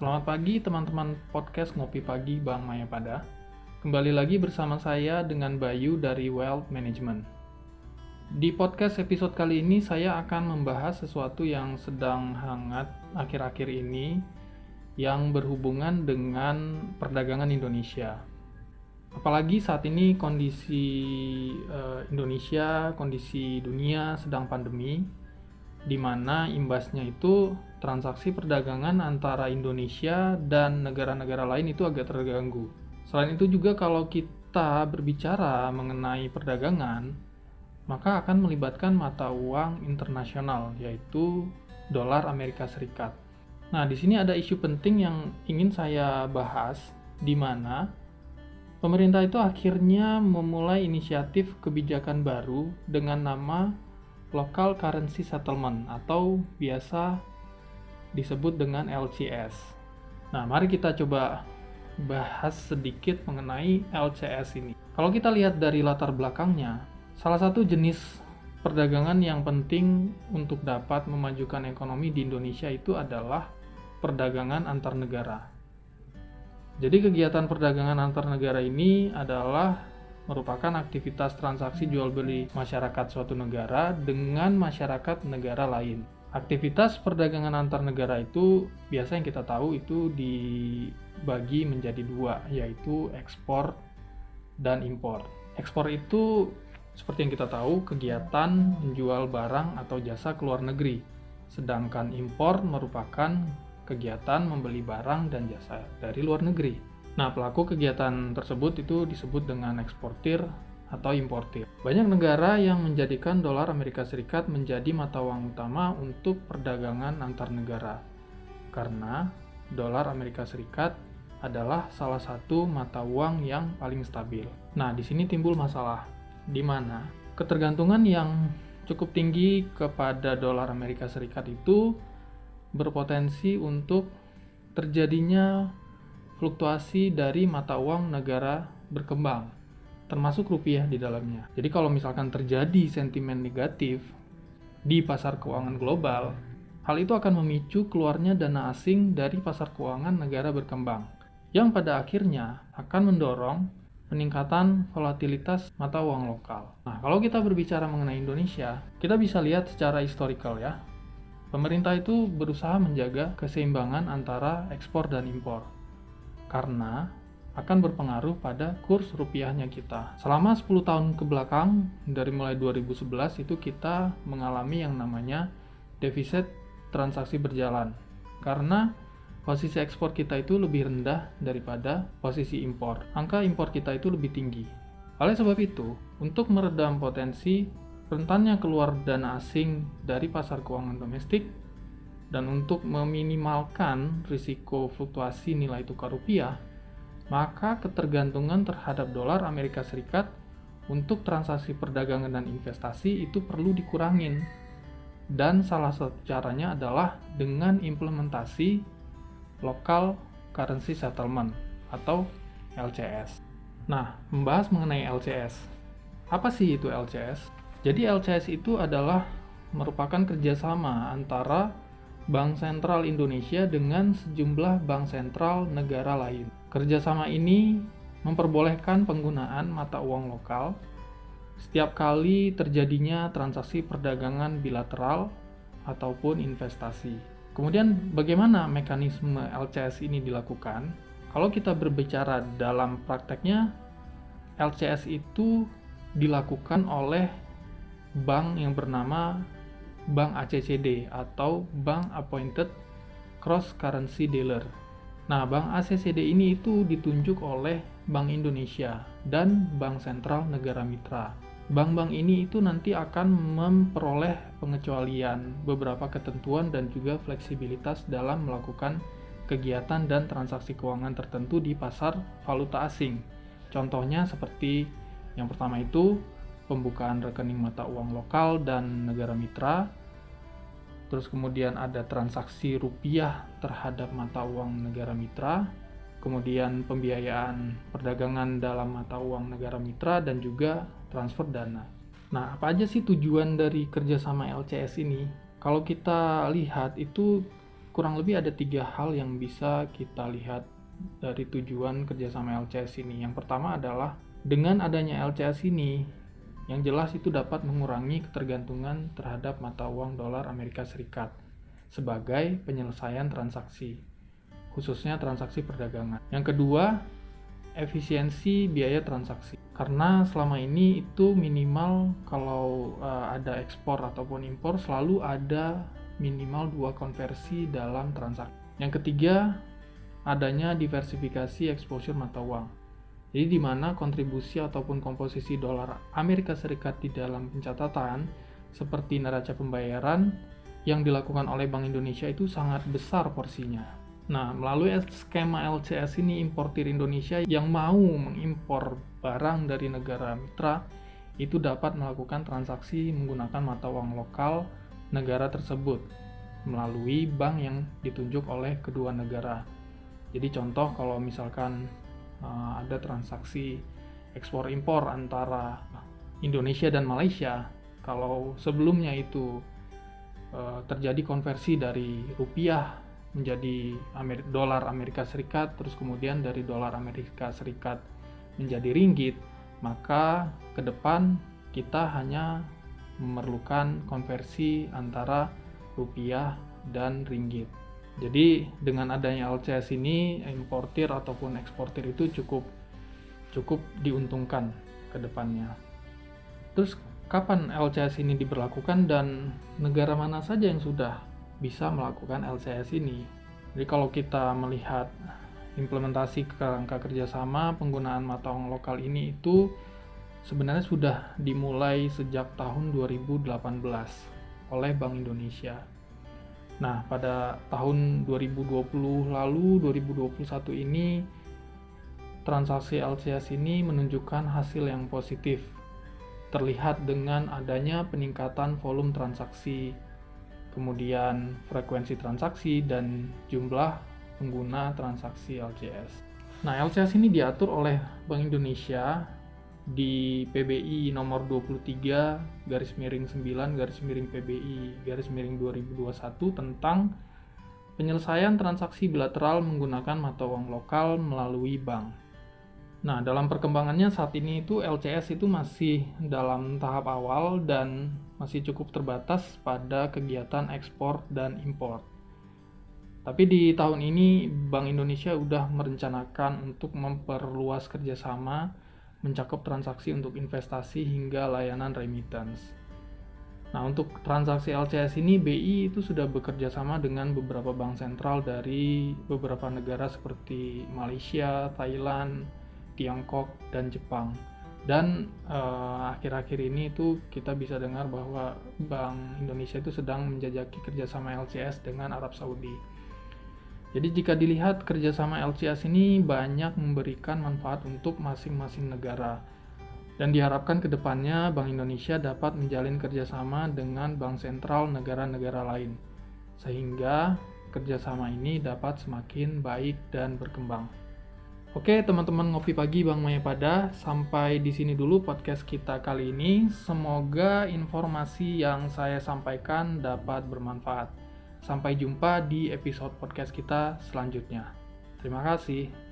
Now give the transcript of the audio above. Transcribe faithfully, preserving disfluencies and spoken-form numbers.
Selamat pagi teman-teman podcast Ngopi Pagi Bang Mayapada. Kembali lagi bersama saya dengan Bayu dari Wealth Management. Di podcast episode kali ini saya akan membahas sesuatu yang sedang hangat akhir-akhir ini yang berhubungan dengan perdagangan Indonesia. Apalagi saat ini kondisi uh, Indonesia, kondisi dunia sedang pandemi, di mana imbasnya itu transaksi perdagangan antara Indonesia dan negara-negara lain itu agak terganggu. Selain itu juga kalau kita berbicara mengenai perdagangan, maka akan melibatkan mata uang internasional, yaitu dolar Amerika Serikat. Nah, di sini ada isu penting yang ingin saya bahas, di mana pemerintah itu akhirnya memulai inisiatif kebijakan baru dengan nama Local Currency Settlement atau biasa disebut dengan L C S. Nah, mari kita coba bahas sedikit mengenai L C S ini. Kalau kita lihat dari latar belakangnya, salah satu jenis perdagangan yang penting untuk dapat memajukan ekonomi di Indonesia itu adalah perdagangan antar negara. Jadi kegiatan perdagangan antar negara ini adalah merupakan aktivitas transaksi jual beli masyarakat suatu negara dengan masyarakat negara lain. Aktivitas perdagangan antar negara itu biasa yang kita tahu itu dibagi menjadi dua, yaitu ekspor dan impor. Ekspor itu seperti yang kita tahu kegiatan menjual barang atau jasa ke luar negeri, sedangkan impor merupakan kegiatan membeli barang dan jasa dari luar negeri. Nah, pelaku kegiatan tersebut itu disebut dengan eksportir atau importir. Banyak negara yang menjadikan dolar Amerika Serikat menjadi mata uang utama untuk perdagangan antar negara. Karena dolar Amerika Serikat adalah salah satu mata uang yang paling stabil. Nah, di sini timbul masalah, di mana ketergantungan yang cukup tinggi kepada dolar Amerika Serikat itu berpotensi untuk terjadinya fluktuasi dari mata uang negara berkembang, termasuk rupiah di dalamnya. Jadi kalau misalkan terjadi sentimen negatif di pasar keuangan global, hal itu akan memicu keluarnya dana asing dari pasar keuangan negara berkembang, yang pada akhirnya akan mendorong peningkatan volatilitas mata uang lokal. Nah, kalau kita berbicara mengenai Indonesia, kita bisa lihat secara historical ya. Pemerintah itu berusaha menjaga keseimbangan antara ekspor dan impor, karena akan berpengaruh pada kurs rupiahnya kita. Selama sepuluh tahun ke belakang, dari mulai dua ribu sebelas itu kita mengalami yang namanya defisit transaksi berjalan. Karena posisi ekspor kita itu lebih rendah daripada posisi impor. Angka impor kita itu lebih tinggi. Oleh sebab itu, untuk meredam potensi rentannya keluar dana asing dari pasar keuangan domestik, dan untuk meminimalkan risiko fluktuasi nilai tukar rupiah, maka ketergantungan terhadap dolar Amerika Serikat untuk transaksi perdagangan dan investasi itu perlu dikurangin. Dan salah satu caranya adalah dengan implementasi Local Currency Settlement atau L C S. Nah, membahas mengenai L C S. Apa sih itu L C S? Jadi L C S itu adalah merupakan kerjasama antara Bank Sentral Indonesia dengan sejumlah bank sentral negara lain. Kerjasama ini memperbolehkan penggunaan mata uang lokal setiap kali terjadinya transaksi perdagangan bilateral ataupun investasi. Kemudian bagaimana mekanisme L C S ini dilakukan? Kalau kita berbicara dalam prakteknya, L C S itu dilakukan oleh bank yang bernama Bank A C C D atau Bank Appointed Cross Currency Dealer. Nah, Bank A C C D ini itu ditunjuk oleh Bank Indonesia dan Bank Sentral Negara Mitra. Bank-bank ini itu nanti akan memperoleh pengecualian beberapa ketentuan dan juga fleksibilitas dalam melakukan kegiatan dan transaksi keuangan tertentu di pasar valuta asing. Contohnya seperti yang pertama itu pembukaan rekening mata uang lokal dan negara mitra, terus kemudian ada transaksi rupiah terhadap mata uang negara mitra, kemudian pembiayaan perdagangan dalam mata uang negara mitra, dan juga transfer dana. Nah, apa aja sih tujuan dari kerjasama L C S ini? Kalau kita lihat itu kurang lebih ada tiga hal yang bisa kita lihat dari tujuan kerjasama L C S ini. Yang pertama adalah dengan adanya L C S ini, yang jelas itu dapat mengurangi ketergantungan terhadap mata uang dolar Amerika Serikat sebagai penyelesaian transaksi, khususnya transaksi perdagangan. Yang kedua, efisiensi biaya transaksi. Karena selama ini itu minimal kalau uh, ada ekspor ataupun impor selalu ada minimal dua konversi dalam transaksi. Yang ketiga, adanya diversifikasi exposure mata uang. Jadi di mana kontribusi ataupun komposisi dolar Amerika Serikat di dalam pencatatan seperti neraca pembayaran yang dilakukan oleh Bank Indonesia itu sangat besar porsinya. Nah, melalui skema L C S ini, importir Indonesia yang mau mengimpor barang dari negara mitra itu dapat melakukan transaksi menggunakan mata uang lokal negara tersebut melalui bank yang ditunjuk oleh kedua negara. Jadi contoh kalau misalkan uh, ada transaksi ekspor impor antara Indonesia dan Malaysia, kalau sebelumnya itu uh, terjadi konversi dari rupiah menjadi Amer- dolar Amerika Serikat, terus kemudian dari dolar Amerika Serikat menjadi ringgit, maka ke depan kita hanya memerlukan konversi antara rupiah dan ringgit. Jadi dengan adanya L C S ini, importir ataupun eksportir itu cukup cukup diuntungkan ke depannya. Terus kapan L C S ini diberlakukan dan negara mana saja yang sudah bisa melakukan L C S ini? Jadi kalau kita melihat implementasi kerangka kerjasama penggunaan mata uang lokal ini itu sebenarnya sudah dimulai sejak tahun dua ribu delapan belas oleh Bank Indonesia. Nah, pada tahun dua ribu dua puluh lalu, dua ribu dua puluh satu ini, transaksi L C S ini menunjukkan hasil yang positif. Terlihat dengan adanya peningkatan volume transaksi, kemudian frekuensi transaksi, dan jumlah pengguna transaksi L C S. Nah, L C S ini diatur oleh Bank Indonesia di P B I nomor dua puluh tiga garis miring sembilan garis miring P B I garis miring dua ribu dua puluh satu tentang penyelesaian transaksi bilateral menggunakan mata uang lokal melalui bank. Nah, dalam perkembangannya saat ini itu L C S itu masih dalam tahap awal dan masih cukup terbatas pada kegiatan ekspor dan impor. Tapi di tahun ini Bank Indonesia sudah merencanakan untuk memperluas kerjasama mencakup transaksi untuk investasi hingga layanan remittance. Nah, untuk transaksi L C S ini B I itu sudah bekerja sama dengan beberapa bank sentral dari beberapa negara seperti Malaysia, Thailand, Tiongkok, dan Jepang. Dan eh, akhir-akhir ini itu kita bisa dengar bahwa Bank Indonesia itu sedang menjajaki kerjasama L C S dengan Arab Saudi. Jadi jika dilihat kerjasama L C S ini banyak memberikan manfaat untuk masing-masing negara. Dan diharapkan ke depannya Bank Indonesia dapat menjalin kerjasama dengan bank sentral negara-negara lain. Sehingga kerjasama ini dapat semakin baik dan berkembang. Oke teman-teman Ngopi Pagi Bank Mayapada, sampai di sini dulu podcast kita kali ini. Semoga informasi yang saya sampaikan dapat bermanfaat. Sampai jumpa di episode podcast kita selanjutnya. Terima kasih.